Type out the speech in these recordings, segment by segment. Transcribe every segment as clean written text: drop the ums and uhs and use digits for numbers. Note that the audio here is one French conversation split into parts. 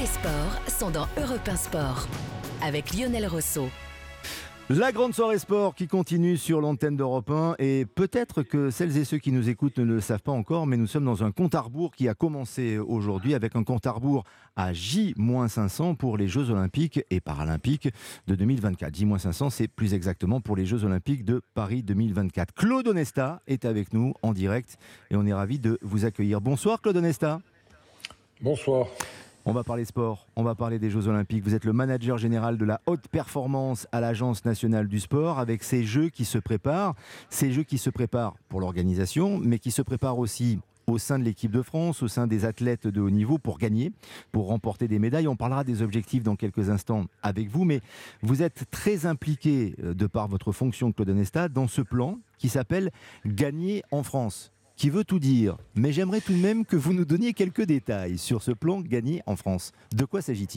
les sports sont dans Europe 1 Sport avec Lionel Rousseau. La grande soirée sport qui continue sur l'antenne d'Europe 1 et peut-être que celles et ceux qui nous écoutent ne le savent pas encore, mais nous sommes dans un compte à rebours qui a commencé aujourd'hui avec un compte à rebours à J-500 pour les Jeux Olympiques et Paralympiques de 2024. J-500, c'est plus exactement pour les Jeux Olympiques de Paris 2024. Claude Onesta est avec nous en direct et on est ravis de vous accueillir. Bonsoir Claude Onesta. Bonsoir. On va parler sport, on va parler des Jeux Olympiques. Vous êtes le manager général de la haute performance à l'Agence nationale du sport avec ces Jeux qui se préparent. Ces Jeux qui se préparent pour l'organisation, mais qui se préparent aussi au sein de l'équipe de France, au sein des athlètes de haut niveau pour gagner, pour remporter des médailles. On parlera des objectifs dans quelques instants avec vous, mais vous êtes très impliqué de par votre fonction Claude Onesta dans ce plan qui s'appelle « Gagner en France ». Qui veut tout dire, mais j'aimerais tout de même que vous nous donniez quelques détails sur ce plan gagné en France. De quoi s'agit-il ?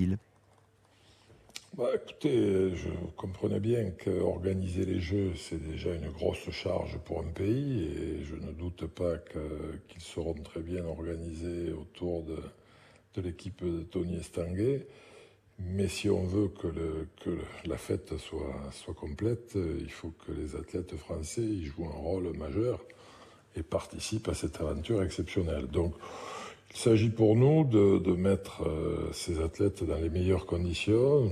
Écoutez, je comprenais bien qu'organiser les Jeux, c'est déjà une grosse charge pour un pays, et je ne doute pas qu'ils seront très bien organisés autour de l'équipe de Tony Estanguet. Mais si on veut que la fête soit complète, il faut que les athlètes français y jouent un rôle majeur et participe à cette aventure exceptionnelle. Donc, il s'agit pour nous de mettre ces athlètes dans les meilleures conditions,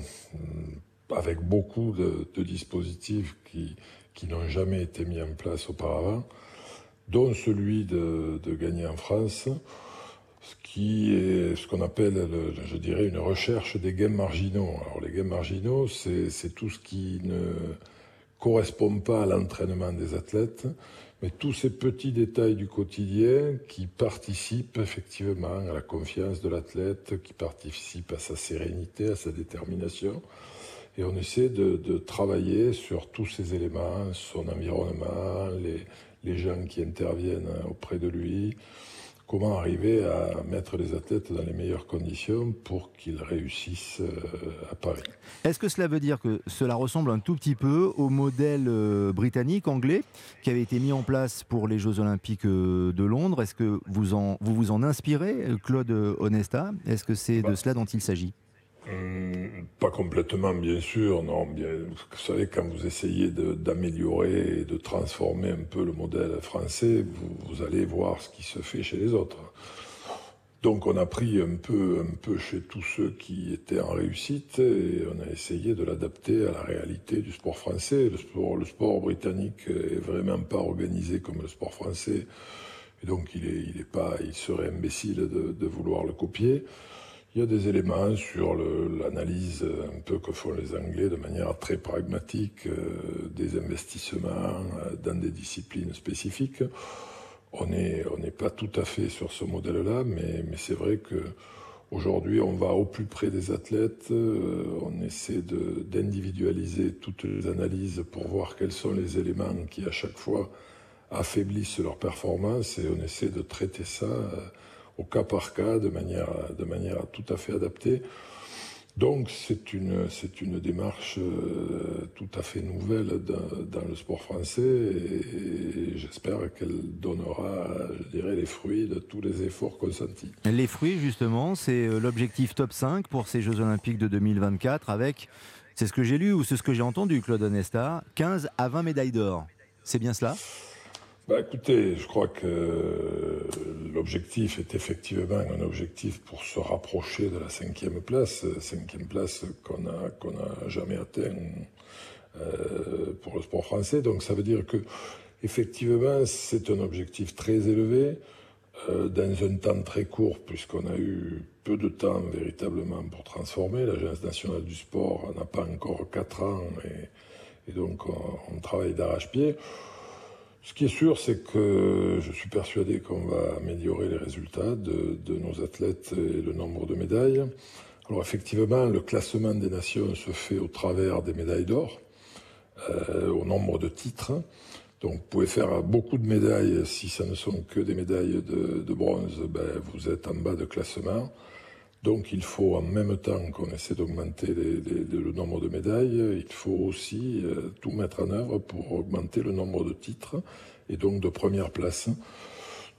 avec beaucoup de dispositifs qui n'ont jamais été mis en place auparavant, dont celui de gagner en France, ce qui est ce qu'on appelle, je dirais, une recherche des gains marginaux. Alors, les gains marginaux, c'est tout ce qui ne correspond pas à l'entraînement des athlètes, mais tous ces petits détails du quotidien qui participent effectivement à la confiance de l'athlète, qui participent à sa sérénité, à sa détermination. Et on essaie de travailler sur tous ces éléments, son environnement, les gens qui interviennent auprès de lui, comment arriver à mettre les athlètes dans les meilleures conditions pour qu'ils réussissent à Paris. Est-ce que cela veut dire que cela ressemble un tout petit peu au modèle britannique, anglais, qui avait été mis en place pour les Jeux Olympiques de Londres ? Est-ce que vous vous en inspirez, Claude Onesta ? Est-ce que c'est de cela dont il s'agit ? Pas complètement, bien sûr. Non, vous savez, quand vous essayez d'améliorer et de transformer un peu le modèle français, vous allez voir ce qui se fait chez les autres. Donc on a pris un peu chez tous ceux qui étaient en réussite et on a essayé de l'adapter à la réalité du sport français. Le sport britannique est vraiment pas organisé comme le sport français, et donc il serait imbécile de vouloir le copier. Il y a des éléments sur l'analyse un peu que font les Anglais de manière très pragmatique, des investissements dans des disciplines spécifiques. On n'est pas tout à fait sur ce modèle-là, mais c'est vrai qu'aujourd'hui on va au plus près des athlètes, on essaie d'individualiser toutes les analyses pour voir quels sont les éléments qui à chaque fois affaiblissent leur performance, et on essaie de traiter ça au cas par cas, de manière tout à fait adaptée. Donc c'est une démarche tout à fait nouvelle dans le sport français, et j'espère qu'elle donnera, je dirais, les fruits de tous les efforts consentis. Les fruits, justement, c'est l'objectif top 5 pour ces Jeux Olympiques de 2024 avec, c'est ce que j'ai lu ou c'est ce que j'ai entendu, Claude Onesta, 15 à 20 médailles d'or. C'est bien cela ? Écoutez, je crois que l'objectif est effectivement un objectif pour se rapprocher de la 5e place qu'on a jamais atteint pour le sport français. Donc ça veut dire que effectivement c'est un objectif très élevé dans un temps très court, puisqu'on a eu peu de temps véritablement pour transformer. L'Agence nationale du sport n'a pas encore 4 ans et donc on travaille d'arrache-pied. Ce qui est sûr, c'est que je suis persuadé qu'on va améliorer les résultats de nos athlètes et le nombre de médailles. Alors effectivement, le classement des nations se fait au travers des médailles d'or, au nombre de titres. Donc vous pouvez faire beaucoup de médailles, si ce ne sont que des médailles de bronze, vous êtes en bas de classement. Donc il faut, en même temps qu'on essaie d'augmenter le nombre de médailles, il faut aussi tout mettre en œuvre pour augmenter le nombre de titres et donc de première place.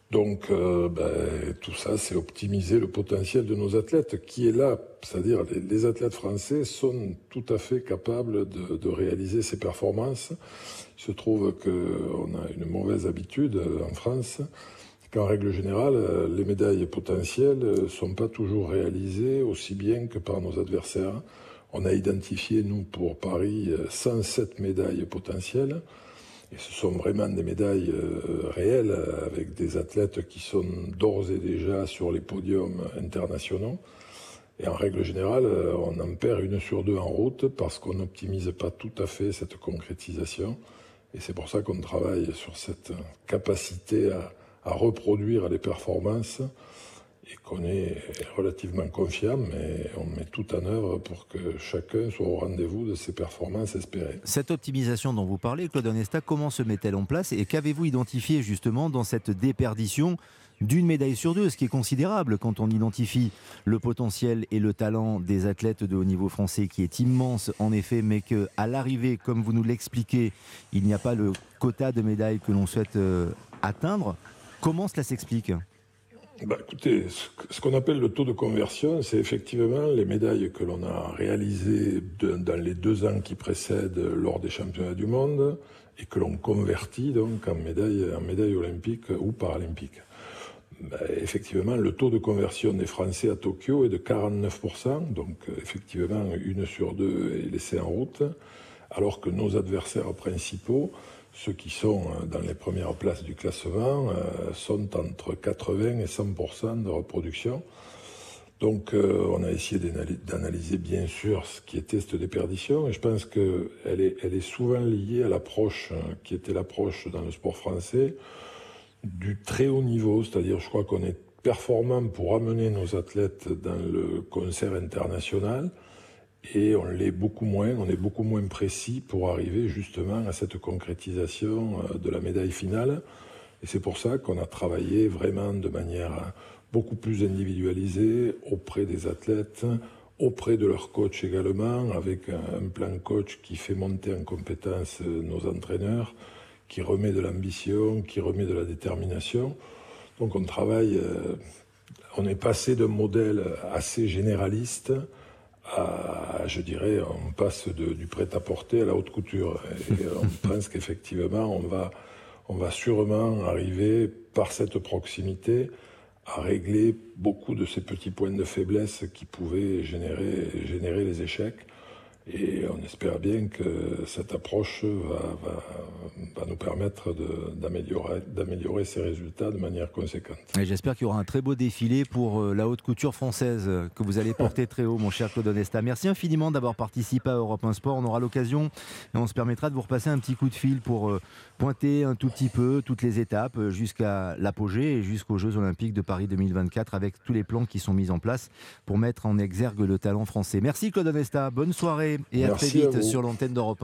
Donc tout ça, c'est optimiser le potentiel de nos athlètes qui est là. C'est-à-dire les athlètes français sont tout à fait capables de réaliser ces performances. Il se trouve qu'on a une mauvaise habitude en France, qu'en règle générale, les médailles potentielles ne sont pas toujours réalisées aussi bien que par nos adversaires. On a identifié, nous, pour Paris, 107 médailles potentielles. Et ce sont vraiment des médailles réelles, avec des athlètes qui sont d'ores et déjà sur les podiums internationaux. Et en règle générale, on en perd 1 sur 2 en route parce qu'on n'optimise pas tout à fait cette concrétisation. Et c'est pour ça qu'on travaille sur cette capacité à reproduire les performances et qu'on est relativement confiant, mais on met tout en œuvre pour que chacun soit au rendez-vous de ses performances espérées. Cette optimisation dont vous parlez, Claude Onesta, comment se met-elle en place et qu'avez-vous identifié justement dans cette déperdition d'une médaille sur 2, ce qui est considérable quand on identifie le potentiel et le talent des athlètes de haut niveau français qui est immense en effet, mais qu'à l'arrivée, comme vous nous l'expliquez, il n'y a pas le quota de médailles que l'on souhaite atteindre. Comment cela s'explique ? Écoutez, ce qu'on appelle le taux de conversion, c'est effectivement les médailles que l'on a réalisées dans les 2 ans qui précèdent lors des championnats du monde et que l'on convertit donc en médailles olympiques ou paralympiques. Effectivement, le taux de conversion des Français à Tokyo est de 49%, donc effectivement 1 sur 2 est laissée en route, alors que nos adversaires principaux, ceux qui sont dans les premières places du classement, sont entre 80 et 100% de reproduction. Donc on a essayé d'analyser bien sûr ce qui était cette déperdition, et je pense qu'elle est souvent liée à l'approche qui était l'approche dans le sport français du très haut niveau, c'est-à-dire je crois qu'on est performant pour amener nos athlètes dans le concert international, et on est beaucoup moins précis pour arriver justement à cette concrétisation de la médaille finale. Et c'est pour ça qu'on a travaillé vraiment de manière beaucoup plus individualisée auprès des athlètes, auprès de leurs coachs également, avec un plan coach qui fait monter en compétence nos entraîneurs, qui remet de l'ambition, qui remet de la détermination. Donc on travaille, on est passé d'un modèle assez généraliste je dirais, on passe du prêt-à-porter à la haute couture. Et on pense qu'effectivement, on va sûrement arriver, par cette proximité, à régler beaucoup de ces petits points de faiblesse qui pouvaient générer les échecs. Et on espère bien que cette approche va nous permettre d'améliorer ces résultats de manière conséquente. Et j'espère qu'il y aura un très beau défilé pour la haute couture française que vous allez porter très haut, mon cher Claude Onesta. Merci infiniment d'avoir participé à Europe 1 Sport. On aura l'occasion et on se permettra de vous repasser un petit coup de fil pour pointer un tout petit peu toutes les étapes jusqu'à l'apogée et jusqu'aux Jeux Olympiques de Paris 2024 avec tous les plans qui sont mis en place pour mettre en exergue le talent français. Merci Claude Onesta, bonne soirée et à très vite sur l'antenne d'Europe 1.